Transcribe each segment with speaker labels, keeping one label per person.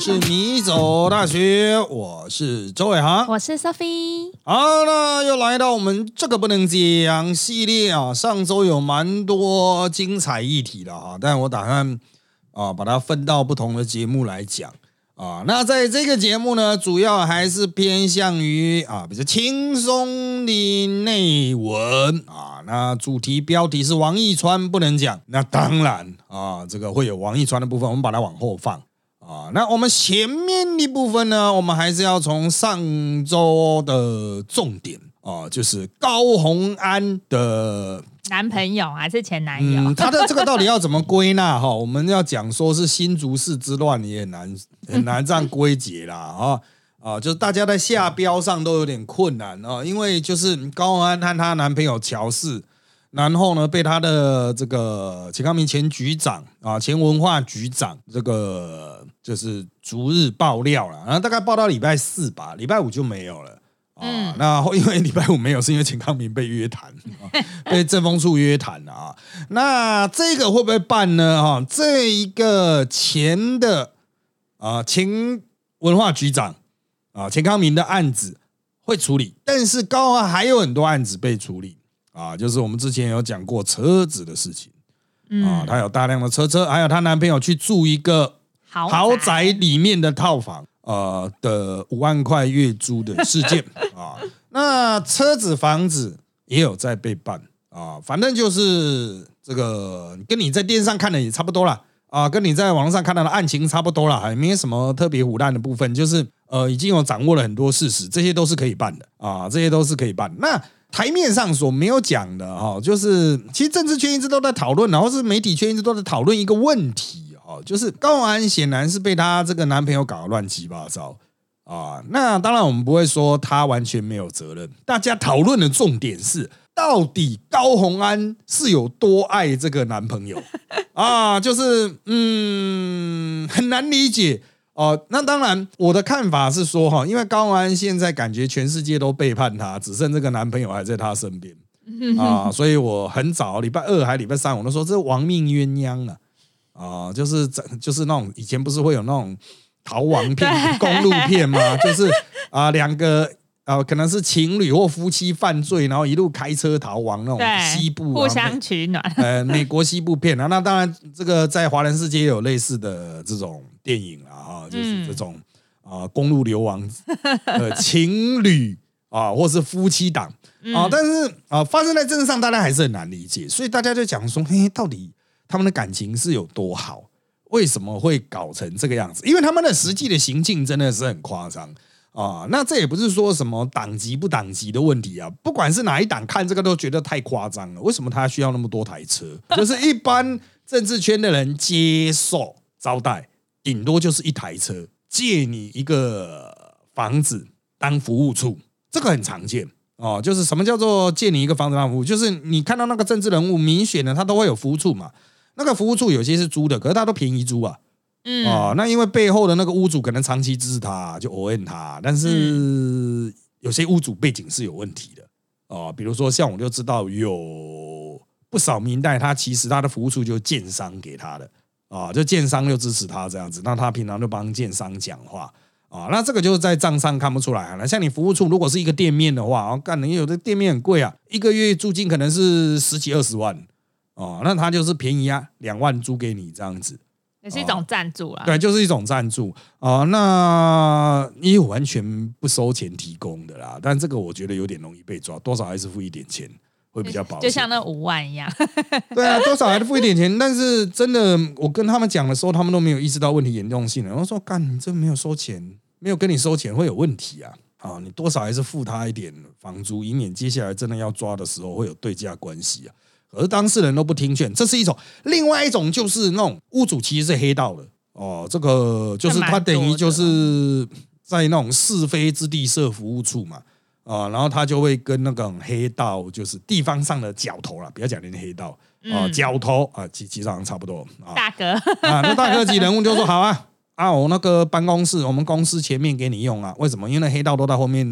Speaker 1: 是迷走大学，我是周伟航，
Speaker 2: 我是 Sophie。
Speaker 1: 好，那又来到我们这个不能讲系列啊。上周有蛮多精彩议题的啊，但我打算把它分到不同的节目来讲啊。那在这个节目呢，主要还是偏向于比较轻松的内文啊。那主题标题是王一川不能讲，那当然这个会有王一川的部分，我们把它往后放。那我们前面的部分呢，我们还是要从上周的重点就是高虹安的
Speaker 2: 男朋友还是前男友？
Speaker 1: 他的这个到底要怎么归纳我们要讲说是新竹市之乱也很难这样归结啦就是大家在下标上都有点困难因为就是高虹安和她男朋友乔氏。然后呢，被他的这个钱康明前局长前文化局长这个就是逐日爆料了，然后大概爆到礼拜4吧，礼拜5就没有了那因为礼拜5没有，是因为钱康明被约谈被政风处约谈了那这个会不会办呢这一个前的前文化局长钱康明的案子会处理，但是高虹还有很多案子被处理。就是我们之前有讲过车子的事情她有大量的车，还有她男朋友去住一个豪宅里面的套房的5万块月租的事件那车子房子也有在被办反正就是这个跟你在电视上看的也差不多啦跟你在网络上看到的案情差不多啦，还没什么特别唬烂的部分，就是已经有掌握了很多事实，这些都是可以办的这些都是可以办。那台面上所没有讲的就是其实政治圈一直都在讨论，然后是媒体圈一直都在讨论一个问题就是高虹安显然是被她这个男朋友搞得乱七八糟那当然我们不会说她完全没有责任，大家讨论的重点是到底高虹安是有多爱这个男朋友就是很难理解那当然我的看法是说因为高虹安现在感觉全世界都背叛她，只剩这个男朋友还在她身边所以我很早礼拜2还礼拜3我都说这是亡命鸳鸯就是那种以前不是会有那种逃亡片公路片吗就是两个可能是情侣或夫妻犯罪，然后一路开车逃亡那种西部
Speaker 2: 互相取暖
Speaker 1: 美国西部片那当然这个在华人世界也有类似的这种电影就是这种公路流亡情侣或是夫妻档但是发生在政治上大家还是很难理解，所以大家就讲说到底他们的感情是有多好，为什么会搞成这个样子，因为他们的实际的行径真的是很夸张那这也不是说什么党籍不党籍的问题不管是哪一党看这个都觉得太夸张了，为什么他需要那么多台车就是一般政治圈的人接受招待顶多就是一台车，借你一个房子当服务处，这个很常见就是什么叫做借你一个房子当服务，就是你看到那个政治人物民选的他都会有服务处嘛，那个服务处有些是租的，可是他都便宜租那因为背后的那个屋主可能长期支持他，就偶恩他，但是有些屋主背景是有问题的比如说像我就知道有不少民代，他其实他的服务处就是建商给他的就建商就支持他这样子，那他平常就帮建商讲话那这个就是在账上看不出来像你服务处如果是一个店面的话你有的店面很贵一个月租金可能是10几20万那他就是便宜2万租给你这样子，
Speaker 2: 也是一种赞助啦。
Speaker 1: 对，就是一种赞助那也有完全不收钱提供的啦，但这个我觉得有点容易被抓，多少还是付一点钱会比较保险，
Speaker 2: 就像那5万一样
Speaker 1: 对多少还是付一点钱，但是真的我跟他们讲的时候他们都没有意识到问题严重性我说干，你这没有收钱，没有跟你收钱会有问题你多少还是付他一点房租，以免接下来真的要抓的时候会有对价关系可是当事人都不听劝，这是一种。另外一种就是那种屋主其实是黑道的这个就是他等于就是在那种是非之地设服务处嘛然后他就会跟那个黑道就是地方上的角头啦，不要讲那黑道角头基本上差不多
Speaker 2: 大哥
Speaker 1: 那大哥级人物就说好我那个办公室我们公司前面给你用为什么？因为那黑道都在后面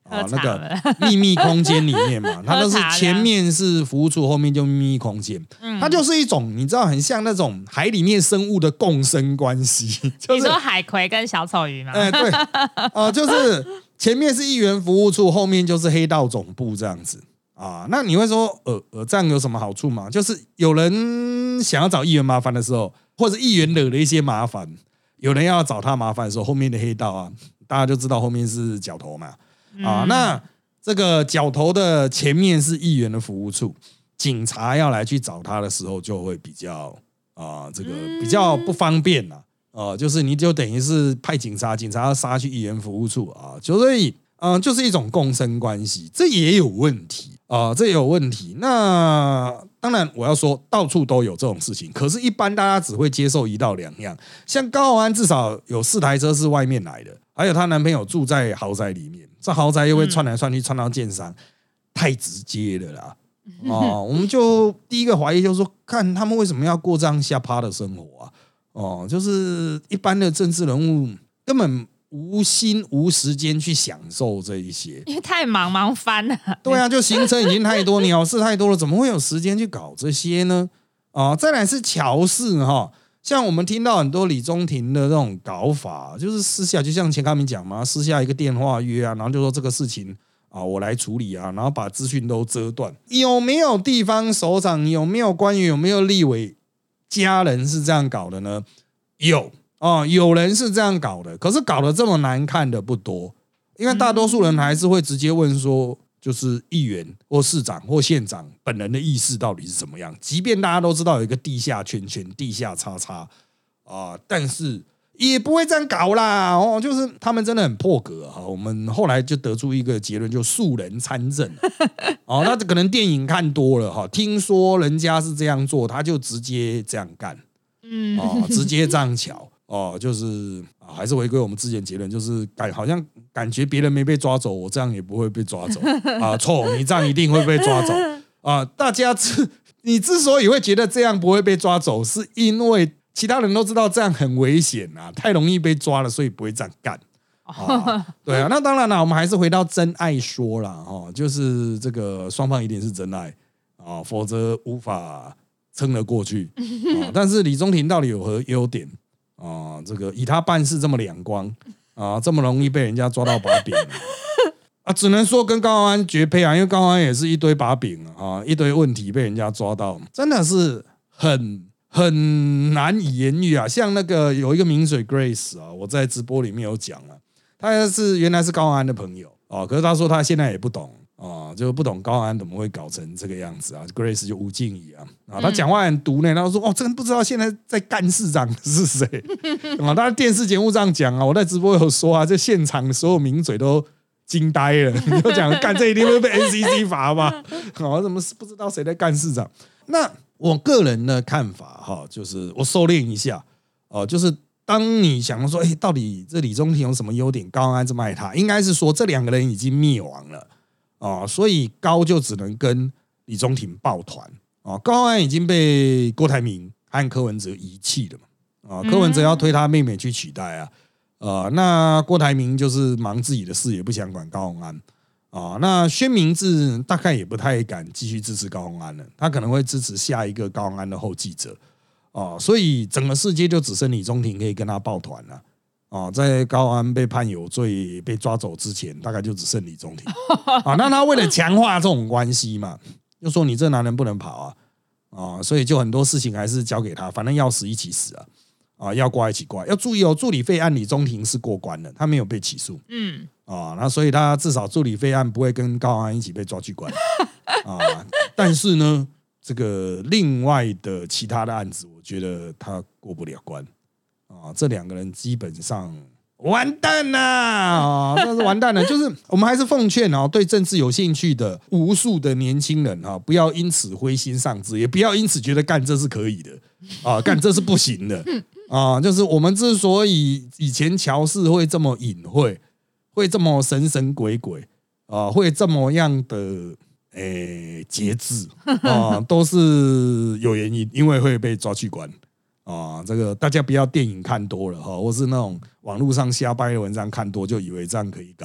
Speaker 1: 那个秘密空间里面嘛，它都是前面是服务处，后面就秘密空间，它就是一种你知道很像那种海里面生物的共生关系。
Speaker 2: 你说海葵跟小丑鱼吗？
Speaker 1: 对，就是前面是议员服务处，后面就是黑道总部这样子啊。那你会说这样有什么好处吗？就是有人想要找议员麻烦的时候，或者议员惹了一些麻烦，有人要找他麻烦的时候，后面的黑道啊，大家就知道后面是角头嘛。那这个角头的前面是议员的服务处，警察要来去找他的时候，就会比较这个比较不方便啦。就是你就等于是派警察要杀去议员服务处啊，所以就是一种共生关系，这也有问题这也有问题。那当然我要说到处都有这种事情，可是一般大家只会接受1到2样，像高虹安至少有4台车是外面来的，还有她男朋友住在豪宅里面，这豪宅又会窜来窜去窜到建商，太直接了啦。我们就第一个怀疑就是说，看他们为什么要过这样下趴的生活啊？就是一般的政治人物根本无心无时间去享受这一些，
Speaker 2: 因为太忙翻了。
Speaker 1: 对啊，就行程已经太多，鸟事太多了，怎么会有时间去搞这些呢？再来是乔事哈，像我们听到很多李宗廷的这种搞法，就是私下，就像钱康明讲嘛，私下一个电话约然后就说这个事情我来处理然后把资讯都遮断。有没有地方首长？有没有官员？有没有立委家人是这样搞的呢？有人是这样搞的，可是搞得这么难看的不多，因为大多数人还是会直接问说，就是议员或市长或县长本人的意思到底是怎么样。即便大家都知道有一个地下圈圈、地下叉叉但是也不会这样搞啦。就是他们真的很破格我们后来就得出一个结论，就素人参政那可能电影看多了听说人家是这样做，他就直接这样干，直接这样巧。就是还是回归我们之前结论，就是好像感觉别人没被抓走，我这样也不会被抓走错，你这样一定会被抓走大家你之所以会觉得这样不会被抓走，是因为其他人都知道这样很危险太容易被抓了，所以不会这样干对那当然了，我们还是回到真爱说啦就是这个双方一定是真爱否则无法撑得过去但是李宗廷到底有何优点这个以他办事这么两光这么容易被人家抓到把柄只能说跟高虹安绝配因为高虹安也是一堆把柄一堆问题被人家抓到，真的是很难以言喻像那个有一个名嘴 Grace 我在直播里面有讲他原来是高虹安的朋友可是他说他现在也不懂就不懂高虹安怎么会搞成这个样子Grace 就吴敬怡他讲话很毒呢，他说真不知道现在在干市长的是谁他的电视节目这样讲我在直播有说这现场所有名嘴都惊呆了，你就讲干这一定会被 NCC 罚吧我怎么不知道谁在干市长？那我个人的看法就是我收敛一下就是当你想说到底这李宗廷有什么优点，高虹安这么爱他，应该是说这两个人已经灭亡了所以高就只能跟李宗廷抱团高虹安已经被郭台铭和柯文哲遗弃了嘛柯文哲要推他妹妹去取代那郭台铭就是忙自己的事，也不想管高虹安那宣明智大概也不太敢继续支持高虹安了，他可能会支持下一个高虹安的后继者所以整个世界就只剩李宗廷可以跟他抱团了在高虹安被判有罪被抓走之前，大概就只剩李宗廷那他为了强化这种关系嘛，就说你这男人不能跑所以就很多事情还是交给他，反正要死一起死要挂一起挂。要注意助理费案李宗廷是过关的，他没有被起诉那所以他至少助理费案不会跟高虹安一起被抓去关但是呢这个另外的其他的案子我觉得他过不了关这两个人基本上完蛋了真是完蛋了就是我们还是奉劝对政治有兴趣的无数的年轻人不要因此灰心丧志，也不要因此觉得干这是可以的干这是不行的就是我们之所以以前乔事会这么隐晦，会这么神神鬼鬼会这么样的节制都是有原因，因为会被抓去关这个大家不要电影看多了或是那种网络上瞎掰的文章看多就以为这样可以搞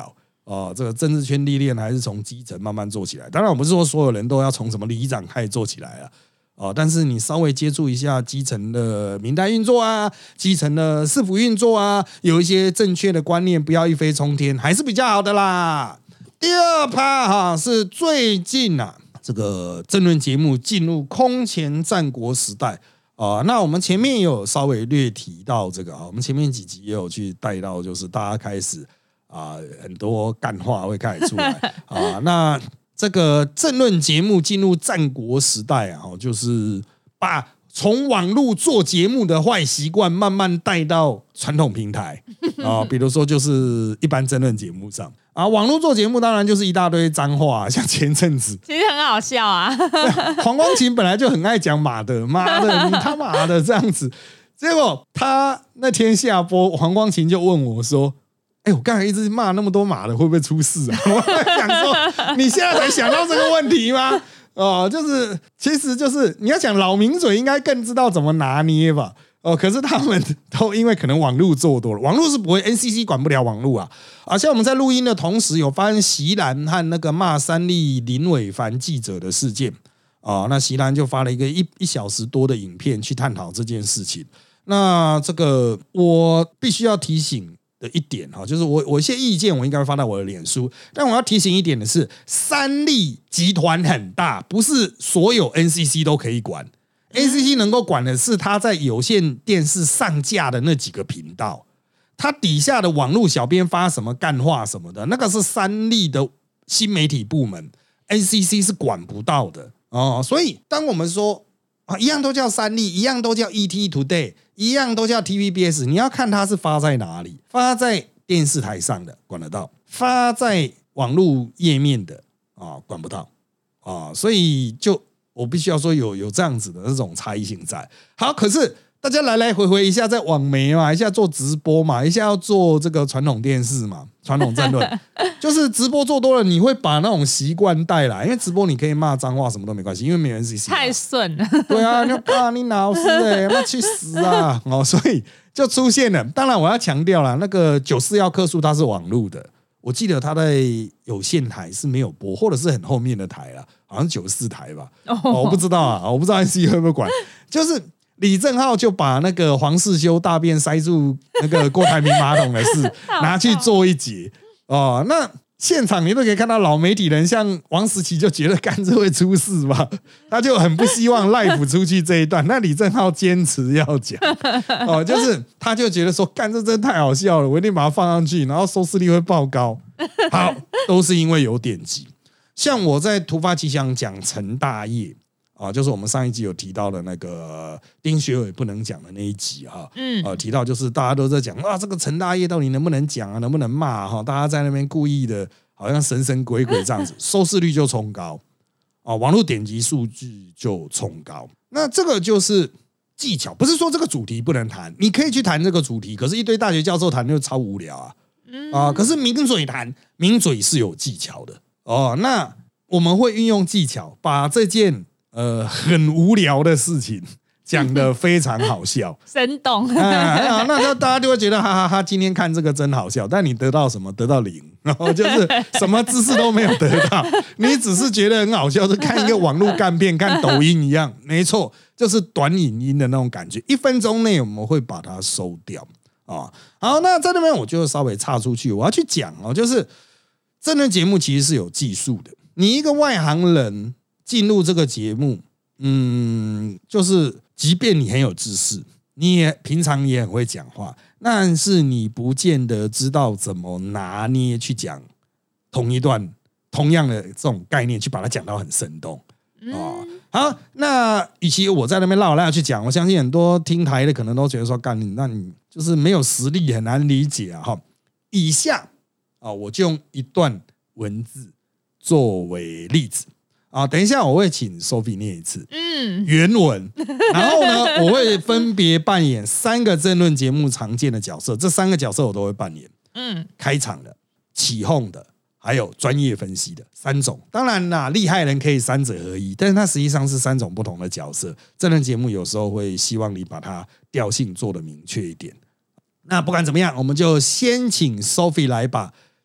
Speaker 1: 这个政治圈历练还是从基层慢慢做起来。当然，我不是说所有人都要从什么里长开始做起来啊，但是你稍微接触一下基层的民代运作啊，基层的市府运作啊，有一些正确的观念，不要一飞冲天，还是比较好的啦。第二趴是最近这个政论节目进入空前战国时代。那我们前面也有稍微略提到这个我们前面几集也有去带到，就是大家开始很多干话会开始出来那这个政论节目进入战国时代就是把从网络做节目的坏习惯慢慢带到传统平台比如说就是一般政论节目上网络做节目当然就是一大堆脏话像前阵子
Speaker 2: 其实很好笑
Speaker 1: 黄光芹本来就很爱讲妈的你他妈的这样子，结果他那天下播，黄光芹就问我说我刚才一直骂那么多马的会不会出事我想说你现在才想到这个问题吗就是其实就是你要讲老名嘴应该更知道怎么拿捏吧可是他们都因为可能网路做多了，网路是不会 NCC 管不了网路像我们在录音的同时有发生席兰和那个骂三立林伟凡记者的事件那席兰就发了一个一小时多的影片去探讨这件事情。那这个我必须要提醒的一点就是我一些意见我应该会发到我的脸书，但我要提醒一点的是，三立集团很大，不是所有 NCC 都可以管。NCC 能够管的是他在有线电视上架的那几个频道，他底下的网络小编发什么干话什么的，那个是三立的新媒体部门 ，NCC 是管不到的所以当我们说一样都叫三立，一样都叫 ET Today， 一样都叫 TVBS， 你要看它是发在哪里，发在电视台上的管得到，发在网络页面的管不到所以就我必须要说有这样子的那种差异性在。好，可是大家来来回回一下在网媒嘛，一下做直播嘛，一下要做这个传统电视嘛，传统政论就是直播做多了你会把那种习惯带来，因为直播你可以骂脏话什么都没关系，因为没人 NCC
Speaker 2: 太顺了
Speaker 1: 对你老师那去死所以就出现了。当然我要强调啦，那个94要客诉它是网路的，我记得他在有线台是没有播，或者是很后面的台啦，好像94台吧我不知道我不知道 NCC 会不会管。就是李正浩就把那个黄世修大便塞住那个郭台铭马桶的事拿去做一节那现场你都可以看到老媒体人像王时期就觉得干这会出事吧，他就很不希望 live 出去这一段，那李正浩坚持要讲就是他就觉得说干这真的太好笑了，我一定把它放上去，然后收视率会爆高。好，都是因为有点击。像我在突发奇想讲陈大业就是我们上一集有提到的那个丁学伟不能讲的那一集提到就是大家都在讲这个陈大业到底能不能讲能不能骂大家在那边故意的好像神神鬼鬼这样子，收视率就冲高网络点击数据就冲高。那这个就是技巧，不是说这个主题不能谈，你可以去谈这个主题，可是一堆大学教授谈就超无聊可是名嘴谈，名嘴是有技巧的那我们会运用技巧把这件很无聊的事情讲得非常好笑
Speaker 2: 生动
Speaker 1: 那大家就会觉得哈哈哈，今天看这个真好笑，但你得到什么？得到0，然后就是什么知识都没有得到，你只是觉得很好笑，就看一个网络干片看抖音一样。没错，就是短影音的那种感觉，1分钟内我们会把它收掉好，那在那边我就稍微岔出去，我要去讲就是政论节目其实是有技术的，你一个外行人进入这个节目就是即便你很有知识，你也平常也很会讲话，但是你不见得知道怎么拿捏去讲同一段同样的这种概念，去把它讲到很生动好，那与其我在那边绕来去讲，我相信很多听台的可能都觉得说干那你就是没有实力，很难理解以下我就用一段文字作为例子等一下我会请 Sophie 念一次原文，然后呢我会分别扮演3个政论节目常见的角色，这3个角色我都会扮演开场的、起哄的还有专业分析的3种。当然啦，厉害人可以3者合一，但是它实际上是3种不同的角色。政论节目有时候会希望你把它调性做得明确一点。那不管怎么样，我们就先请 Sophie 来把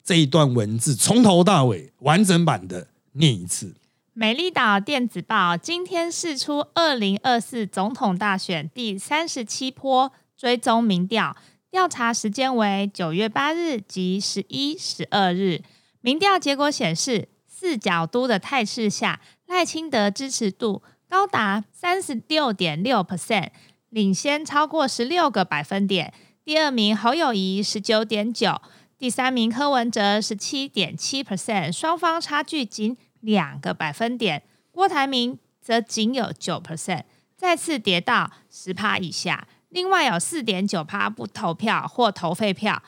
Speaker 1: 这一段文字从头到尾完整版的念一次。
Speaker 2: 美丽岛电子报今天释出2024总统大选第37波追踪民调，调查时间为9月8日及11、12日。民调结果显示，四角都的态势下，赖清德支持度高达 36.6%， 领先超过16个百分点。第二名侯友宜 19.9%， 第三名柯文哲 17.7%， 双方差距仅2个百分点。郭台铭则仅有 9%， 再次跌到 10% 以下。另外有 4.9% 不投票或投废票，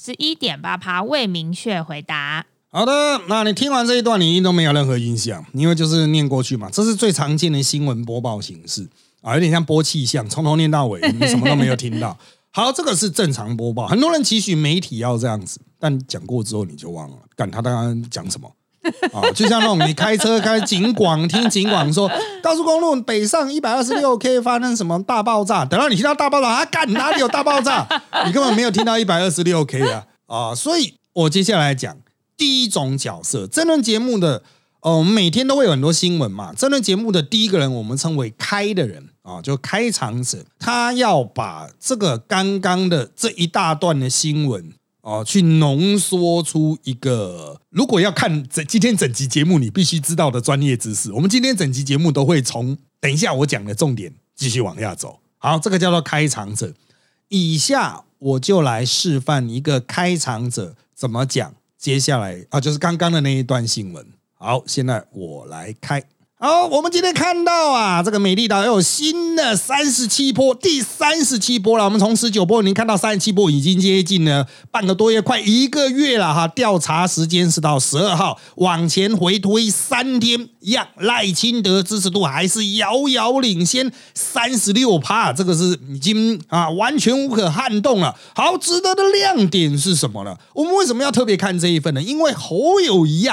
Speaker 2: 11.8% 未明确回答。
Speaker 1: 好的，那你听完这一段你一定都没有任何印象，因为就是念过去嘛，这是最常见的新闻播报形式啊，有点像播气象，从头念到尾，你什么都没有听到。好，这个是正常播报，很多人期许媒体要这样子，但讲过之后你就忘了，干他刚刚讲什么啊？就像那种你开车开警广，听警广说高速公路北上 126K 发生什么大爆炸，等到你听到大爆炸，啊干哪里有大爆炸？你根本没有听到 126K 啊！所以我接下来讲第一种角色，政论节目的我们每天都会有很多新闻嘛，政论节目的第一个人我们称为开的人啊，就开场者，他要把这个刚刚的这一大段的新闻去浓缩出一个，如果要看今天整集节目你必须知道的专业知识，我们今天整集节目都会从等一下我讲的重点继续往下走。好，这个叫做开场者。以下我就来示范一个开场者怎么讲接下来就是刚刚的那一段新闻。好，现在我来开。好，我们今天看到这个美丽岛又有新的37波，第37波了。我们从19波已经看到37波，已经接近了半个多月，快1个月了哈。调查时间是到12号，往前回推3天，一样赖清德支持度还是遥遥领先 36%， 这个是已经完全无可撼动了。好，值得的亮点是什么呢？我们为什么要特别看这一份呢？因为侯友宜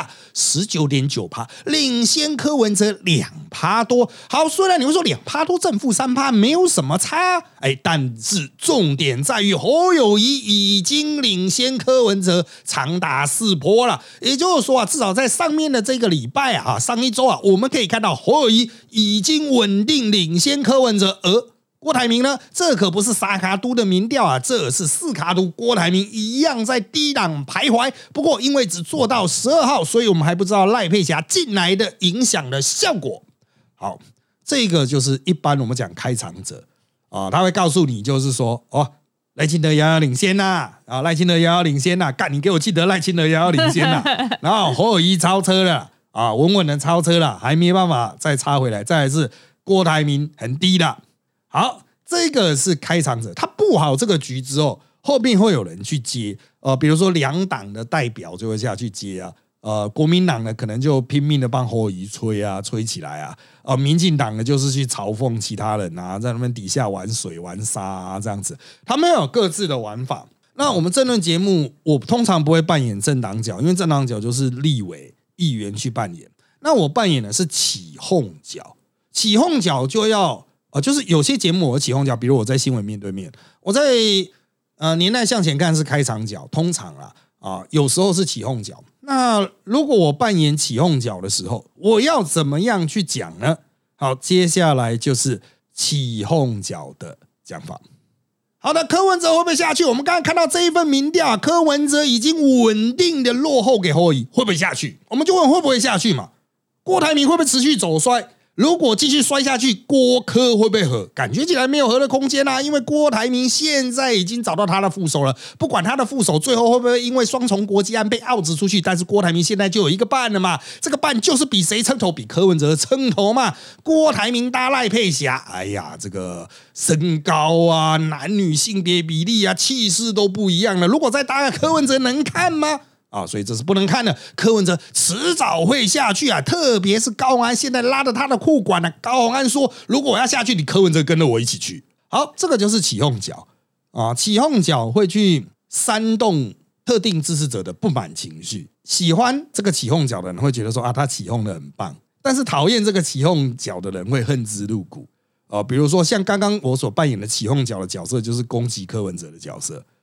Speaker 1: 19.9%领先柯文哲2%多。好，虽然你会说2%多正负3%没有什么差，但是重点在于侯友宜已经领先柯文哲长达4波了。也就是说至少在上面的这个礼拜上一周我们可以看到侯友宜已经稳定领先柯文哲，而郭台铭呢，这可不是三卡都的民调这是4卡都，郭台铭一样在低档徘徊。不过因为只做到12号，所以我们还不知道赖佩霞进来的影响的效果。好，这个就是一般我们讲开场者他会告诉你就是说赖清德遥遥领先赖清德遥遥领先干你给我记得赖清德遥遥领先然后侯友宜超车了稳稳的超车了，还没办法再插回来。再来是郭台铭很低的。好，这个是开场者，他布好这个局之后，后面会有人去接比如说两党的代表就会下去接国民党呢可能就拼命的帮侯友宜吹起来民进党呢就是去嘲讽其他人在那边底下玩水玩沙这样子，他们有各自的玩法。那我们政论节目我通常不会扮演政党角，因为政党角就是立委议员去扮演，那我扮演的是起哄角。起哄角就要就是有些节目我起哄角，比如我在新闻面对面，我在年代向前看是开场角，通常有时候是起哄角。那如果我扮演起哄角的时候，我要怎么样去讲呢？好，接下来就是起哄角的讲法。好的，柯文哲会不会下去？我们刚刚看到这一份民调柯文哲已经稳定的落后给侯友宜，会不会下去？我们就问会不会下去嘛？郭台铭会不会持续走衰？如果继续摔下去，郭柯会不会合？感觉起来没有合的空间因为郭台铭现在已经找到他的副手了，不管他的副手最后会不会因为双重国籍案被out出去，但是郭台铭现在就有一个伴了嘛，这个伴就是比谁撑头，比柯文哲撑头嘛。郭台铭搭赖佩霞，这个身高男女性别比例气势都不一样了，如果再搭个柯文哲能看吗？所以这是不能看的。柯文哲迟早会下去特别是高虹安现在拉着他的裤管高虹安说如果我要下去，你柯文哲跟着我一起去。好，这个就是起哄角起哄角会去煽动特定支持者的不满情绪，喜欢这个起哄角的人会觉得说他起哄的很棒，但是讨厌这个起哄角的人会恨之入骨比如说像刚刚我所扮演的起哄角的角色就是攻击柯文哲的角色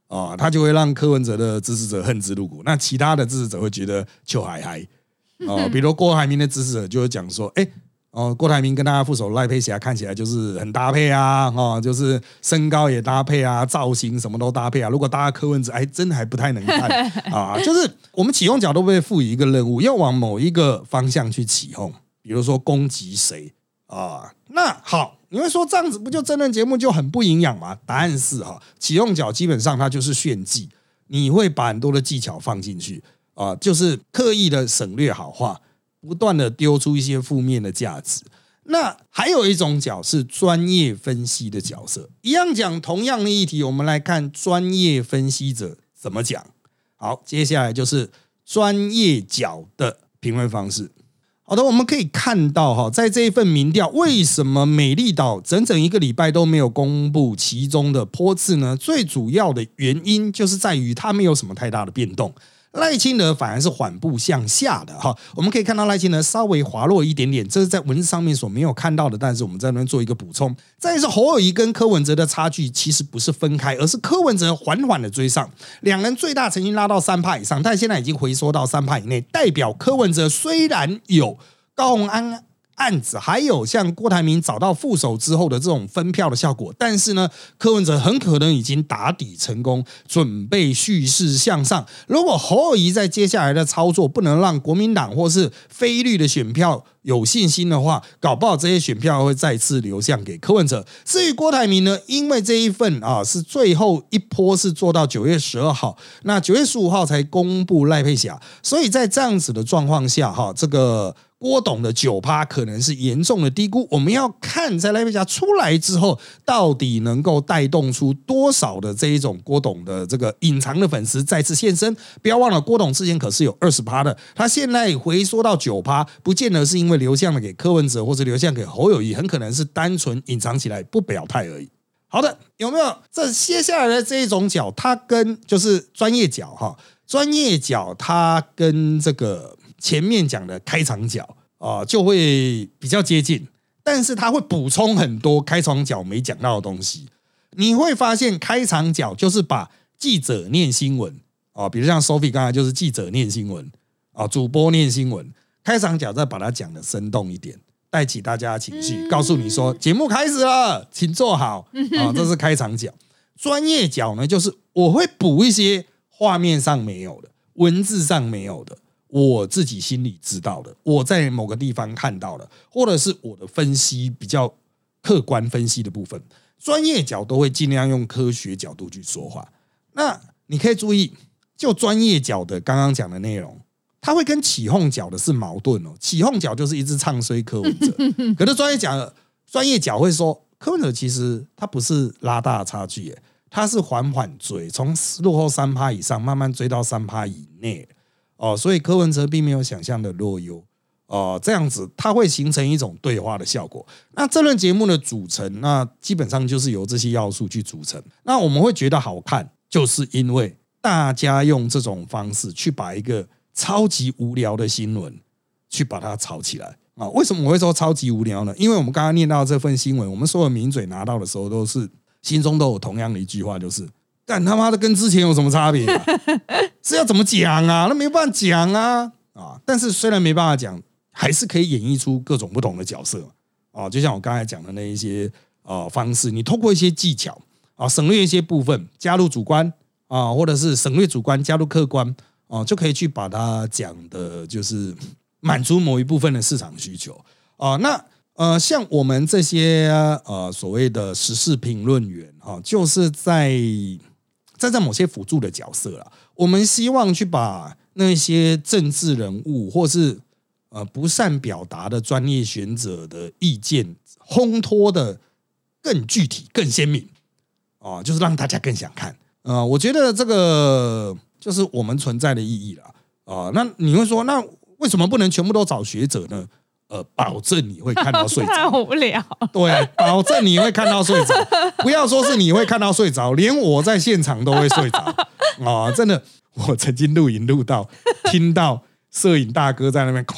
Speaker 1: 他就会让柯文哲的支持者恨之入骨，那其他的支持者会觉得就嗨嗨比如郭台铭的支持者就会讲说，郭台铭跟他副手赖佩霞看起来就是很搭配啊，就是身高也搭配啊，造型什么都搭配啊。如果搭柯文哲，真的还不太能看就是我们起哄角都被赋予一个任务，要往某一个方向去起哄，比如说攻击谁那好，你会说这样子不就政论节目就很不营养吗？答案是起哄角基本上它就是炫技，你会把很多的技巧放进去就是刻意的省略好话，不断的丢出一些负面的价值。那还有一种角是专业分析的角色，一样讲同样的议题，我们来看专业分析者怎么讲。好，接下来就是专业角的评论方式。好的，我们可以看到在这一份民调，为什么美丽岛整整1个礼拜都没有公布其中的波次呢？最主要的原因就是在于它没有什么太大的变动。赖清德反而是缓步向下的我们可以看到赖清德稍微滑落一点点，这是在文字上面所没有看到的，但是我们在那边做一个补充。再来是侯友宜跟柯文哲的差距其实不是分开，而是柯文哲缓缓的追上，两人最大曾经拉到3%以上，但现在已经回缩到3%以内，代表柯文哲虽然有高虹安案子，还有像郭台铭找到副手之后的这种分票的效果，但是呢，柯文哲很可能已经打底成功，准备蓄势向上。如果侯友宜在接下来的操作不能让国民党或是非绿的选票有信心的话，搞不好这些选票会再次流向给柯文哲。至于郭台铭呢，因为这一份是最后一波是做到9月12号，那9月15号才公布赖佩霞，所以在这样子的状况下这个郭董的9%可能是严重的低估，我们要看在赖佩霞出来之后，到底能够带动出多少的这一种郭董的这个隐藏的粉丝再次现身。不要忘了，郭董之前可是有20%的，他现在回缩到9%，不见得是因为流向了给柯文哲或者流向给侯友宜，很可能是单纯隐藏起来不表态而已。好的，有没有这接下来的这一种角，它跟就是专业角专业角它跟这个前面讲的开场角就会比较接近，但是它会补充很多开场角没讲到的东西。你会发现开场角就是把记者念新闻比如像 Sophie 刚才就是记者念新闻主播念新闻，开场角再把它讲的生动一点，带起大家的情绪，告诉你说节目开始了，请坐好这是开场角。专业角呢，就是我会补一些画面上没有的，文字上没有的，我自己心里知道的，我在某个地方看到的，或者是我的分析比较客观分析的部分，专业角都会尽量用科学角度去说话。那你可以注意，就专业角的刚刚讲的内容，它会跟起哄角的是矛盾起哄角就是一直唱衰柯文哲，可是专业角会说柯文哲其实他不是拉大差距他是缓缓追，从落后3%以上慢慢追到3%以内所以柯文哲并没有想象的弱优这样子它会形成一种对话的效果。那这轮节目的组成，那基本上就是由这些要素去组成。那我们会觉得好看，就是因为大家用这种方式去把一个超级无聊的新闻去把它炒起来为什么我会说超级无聊呢？因为我们刚刚念到这份新闻，我们所有名嘴拿到的时候都是心中都有同样的一句话，就是干他妈的跟之前有什么差别是要怎么讲那没办法讲但是虽然没办法讲，还是可以演绎出各种不同的角色就像我刚才讲的那一些方式，你通过一些技巧省略一些部分，加入主观或者是省略主观加入客观就可以去把它讲的就是满足某一部分的市场需求那像我们这些所谓的时事评论员就是在某些辅助的角色啦，我们希望去把那些政治人物或是不善表达的专业学者的意见烘托的更具体更鲜明就是让大家更想看我觉得这个就是我们存在的意义啦那你会说，那为什么不能全部都找学者呢？保证你会看到睡着，
Speaker 2: 太无聊。
Speaker 1: 对，保证你会看到睡着。不要说是你会看到睡着，连我在现场都会睡着真的，我曾经录影录到听到摄影大哥在那边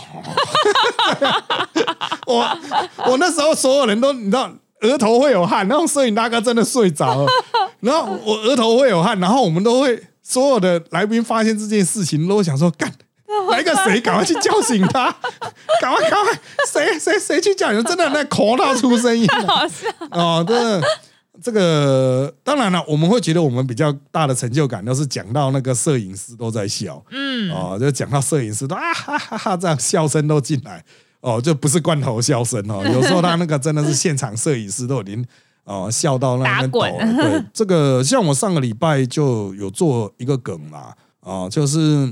Speaker 1: 我那时候所有人都你知道额头会有汗，那种摄影大哥真的睡着了。 然后我额头会有汗，然后我们都会所有的来宾发现这件事情，都会想说干。来个谁，赶快去叫醒他！赶快，谁去叫醒？真的那口到出声音了，
Speaker 2: 好笑
Speaker 1: 哦！真的，这个当然了，我们会觉得我们比较大的成就感，都是讲到那个摄影师都在笑，就讲到摄影师都啊哈哈哈，这样笑声都进来，就不是罐头笑声哦，有时候他那个真的是现场摄影师都已经笑到那边抖了。对，这个像我上个礼拜就有做一个梗嘛，就是。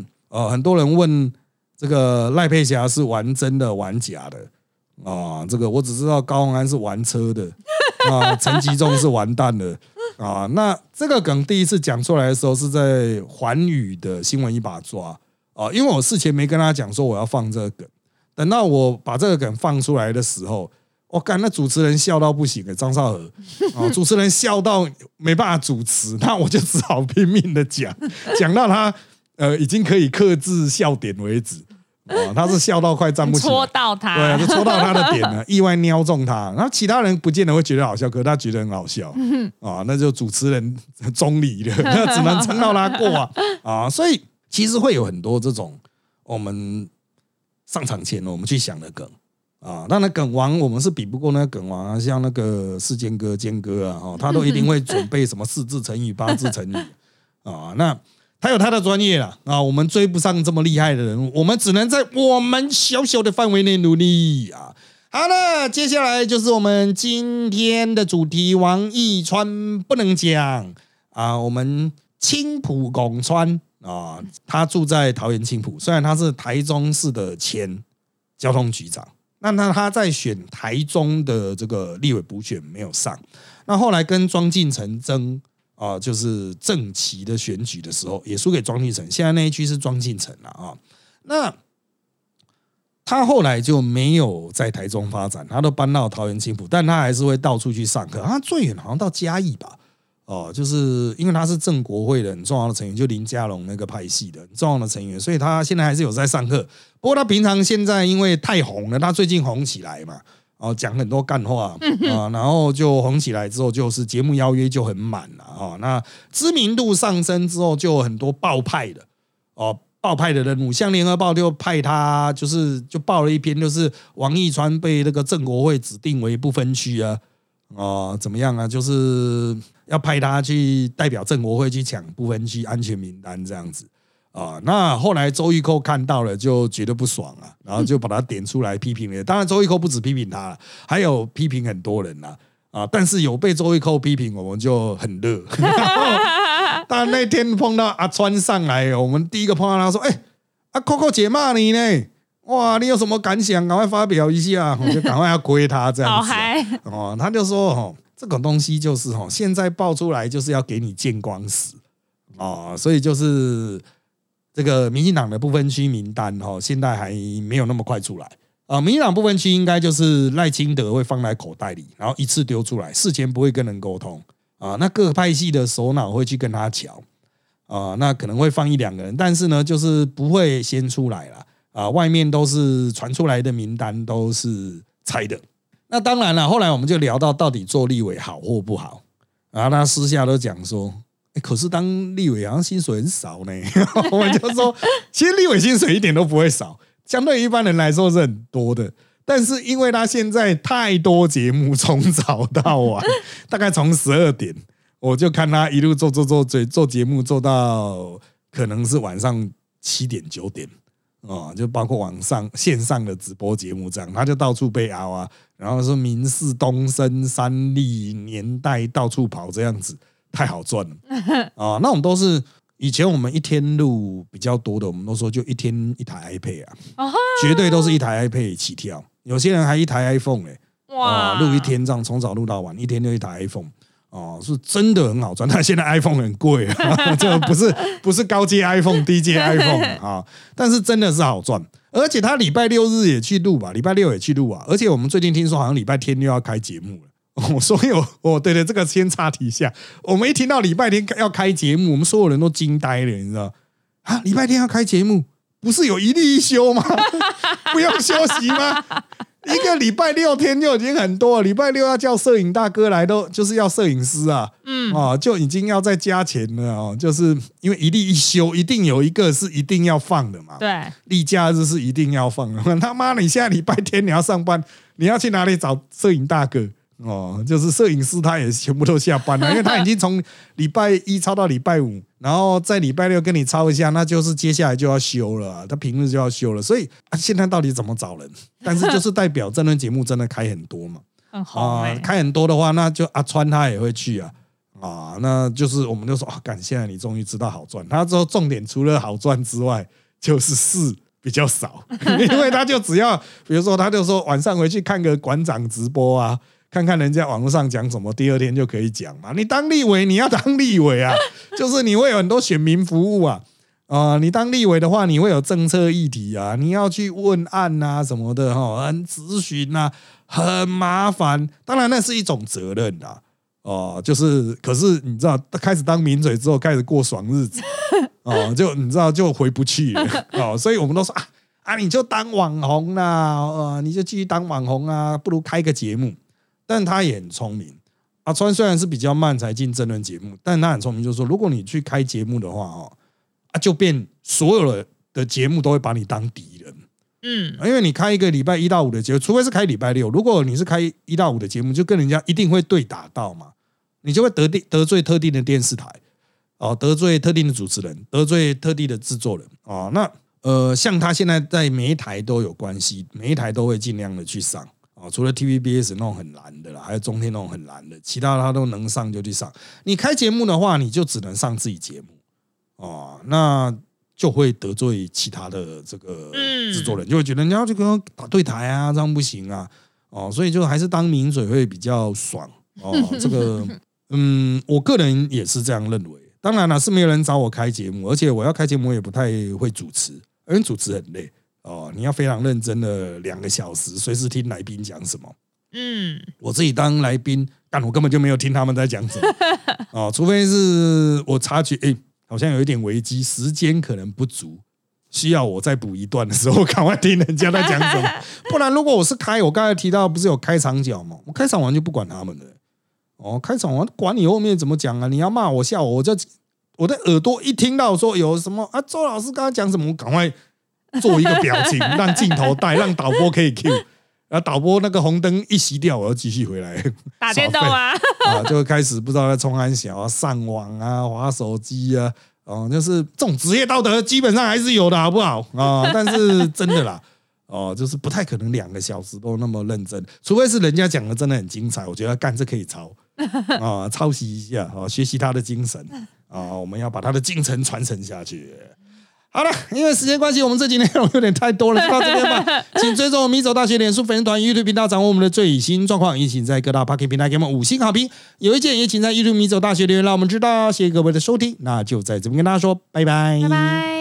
Speaker 1: 很多人问这个赖佩霞是玩真的玩假的这个我只知道高虹安是玩车的陈吉仲是完蛋的那这个梗第一次讲出来的时候是在环宇的新闻一把抓因为我事前没跟他讲说我要放这个梗，等到我把这个梗放出来的时候，我干那主持人笑到不行张少和主持人笑到没办法主持，那我就只好拼命的讲到他。已经可以克制笑点为止他是笑到快站不起来，
Speaker 2: 戳到他，
Speaker 1: 对，就戳到他的点了，意外瞄中他。然后其他人不见得会觉得好笑，可是他觉得很好笑那就主持人中立了，那只能撑到他过所以其实会有很多这种我们上场前我们去想的梗那梗王我们是比不过那个梗王像那个世坚哥坚哥他都一定会准备什么4字成语8字成语那。他有他的专业啦我们追不上这么厉害的人物，我们只能在我们小小的范围内努力好了，接下来就是我们今天的主题，王一川不能讲我们青埔拱川他住在桃园青埔，虽然他是台中市的前交通局长，那他在选台中的这个立委补选没有上，那后来跟庄敬诚争。就是正期的选举的时候也输给庄敬诚，现在那一区是庄敬诚了那他后来就没有在台中发展，他都搬到桃园青埔，但他还是会到处去上课。他最远好像到嘉义吧就是因为他是正国会的很重要的成员，就林佳龙那个派系的很重要的成员，所以他现在还是有在上课。不过他平常现在因为太红了，他最近红起来嘛讲很多干话然后就红起来之后，就是节目邀约就很满了那知名度上升之后，就有很多爆派的爆派的人物，像联合报就派他，就报了一篇，就是王一川被那个正国会指定为不分区怎么样就是要派他去代表正国会去抢不分区安全名单这样子。那后来周玉蔻看到了就觉得不爽然后就把他点出来批评了。当然周玉蔻不止批评他了，还有批评很多人但是有被周玉蔻批评我们就很热当然那天碰到阿川上来，我们第一个碰到他说Coco 姐骂你呢，哇你有什么感想赶快发表一下，我就赶快要归他这样子他就说这种东西就是现在爆出来就是要给你见光死所以就是这个民进党的不分区名单现在还没有那么快出来民进党不分区应该就是赖清德会放在口袋里，然后一次丢出来，事前不会跟人沟通那各派系的首脑会去跟他瞧那可能会放1-2个人，但是呢就是不会先出来了外面都是传出来的名单都是猜的。那当然了，后来我们就聊到底做立委好或不好然后他私下都讲说可是当立委好像薪水很少呢我们就说其实立委薪水一点都不会少，相对于一般人来说是很多的，但是因为他现在太多节目从早到晚大概从12点我就看他一路做节目做到可能是晚上7点9点就包括网上线上的直播节目这样，他就到处被熬然后说民视东升三立年代到处跑这样子太好赚了那我们都是以前我们一天录比较多的，我们都说就一天一台 iPad 绝对都是一台 iPad 起跳，有些人还一台 iPhone 录一天这样从早录到晚，一天就一台 iPhone是真的很好赚。但现在 iPhone 很贵这不是高阶 iPhone 低阶 iPhone 但是真的是好赚，而且他礼拜6日也去录吧，礼拜6也去录而且我们最近听说好像礼拜天又要开节目了所以对这个先插题一下，我们一听到礼拜天要开节目，我们所有人都惊呆了，你知道礼拜天要开节目，不是有一例一休吗？不用休息吗？ 一个礼拜6天就已经很多了，礼拜6要叫摄影大哥来都就是要摄影师啊，就已经要再加钱了哦，就是因为一例一休，一定有一个是一定要放的嘛，
Speaker 2: 对，
Speaker 1: 例假日是一定要放的，他妈你现在礼拜天你要上班，你要去哪里找摄影大哥？就是摄影师他也全部都下班了，因为他已经从礼拜1抄到礼拜5，然后在礼拜6跟你抄一下，那就是接下来就要休了，他平日就要休了，所以现在到底怎么找人？但是就是代表真人节目真的开很多嘛，
Speaker 2: 很红
Speaker 1: 开很多的话，那就阿川他也会去啊。那就是我们就说干，现在你终于知道好赚。他之后重点除了好赚之外，就是事比较少，因为他就只要，比如说他就说晚上回去看个馆长直播啊。看看人家网络上讲什么，第二天就可以讲嘛。你当立委，你要当立委啊，就是你会有很多选民服务啊。你当立委的话，你会有政策议题啊，你要去问案啊什么的很咨询啊，很麻烦。当然那是一种责任啦。就是可是你知道，开始当名嘴之后，开始过爽日子就你知道就回不去了所以我们都说你就当网红啦，你就继续当网红啊，不如开个节目。但他也很聪明，阿川虽然是比较慢才进真人节目，但他很聪明，就是说，如果你去开节目的话，就变所有的节目都会把你当敌人，因为你开一个礼拜1到5的节目，除非是开礼拜6，如果你是开1到5的节目，就跟人家一定会对打到嘛，你就会得罪特定的电视台，得罪特定的主持人，得罪特定的制作人那像他现在在每一台都有关系，每一台都会尽量的去上。除了 TVBS 那种很蓝的啦，还有中天那种很蓝的，其他他都能上就去上。你开节目的话，你就只能上自己节目那就会得罪其他的这个制作人，就会觉得人家这个打对台啊，这样不行啊所以就还是当名嘴会比较爽这个我个人也是这样认为。当然了，是没有人找我开节目，而且我要开节目也不太会主持，因为主持很累。你要非常认真的2个小时，随时听来宾讲什么。我自己当来宾，但我根本就没有听他们在讲什么除非是我察觉好像有一点危机，时间可能不足，需要我再补一段的时候，赶快听人家在讲什么。不然如果我是开，我刚才提到不是有开场角吗？我开场完就不管他们了。开场完管你后面怎么讲啊？你要骂我笑我的耳朵一听到说有什么周老师刚刚讲什么，我赶快做一个表情，让镜头带，让导播可以 cue， 然后导播那个红灯一熄掉，我要继续回来
Speaker 2: 打电动啊
Speaker 1: 就会开始不知道在冲安小上网啊，滑手机啊，就是这种职业道德基本上还是有的，好不好但是真的啦，就是不太可能2个小时都那么认真，除非是人家讲的真的很精彩，我觉得干这可以抄抄袭一下学习他的精神我们要把他的精神传承下去。好了，因为时间关系，我们这集内容有点太多了，就到这边吧。请追踪迷走大学脸书粉丝团、YouTube 频道，掌握我们的最新状况。也请在各大 Podcast 平台给我们5星好评。有意见也请在 YouTube 迷走大学留言，让我们知道。谢谢各位的收听，那就在这边跟大家说拜拜，
Speaker 2: 拜拜。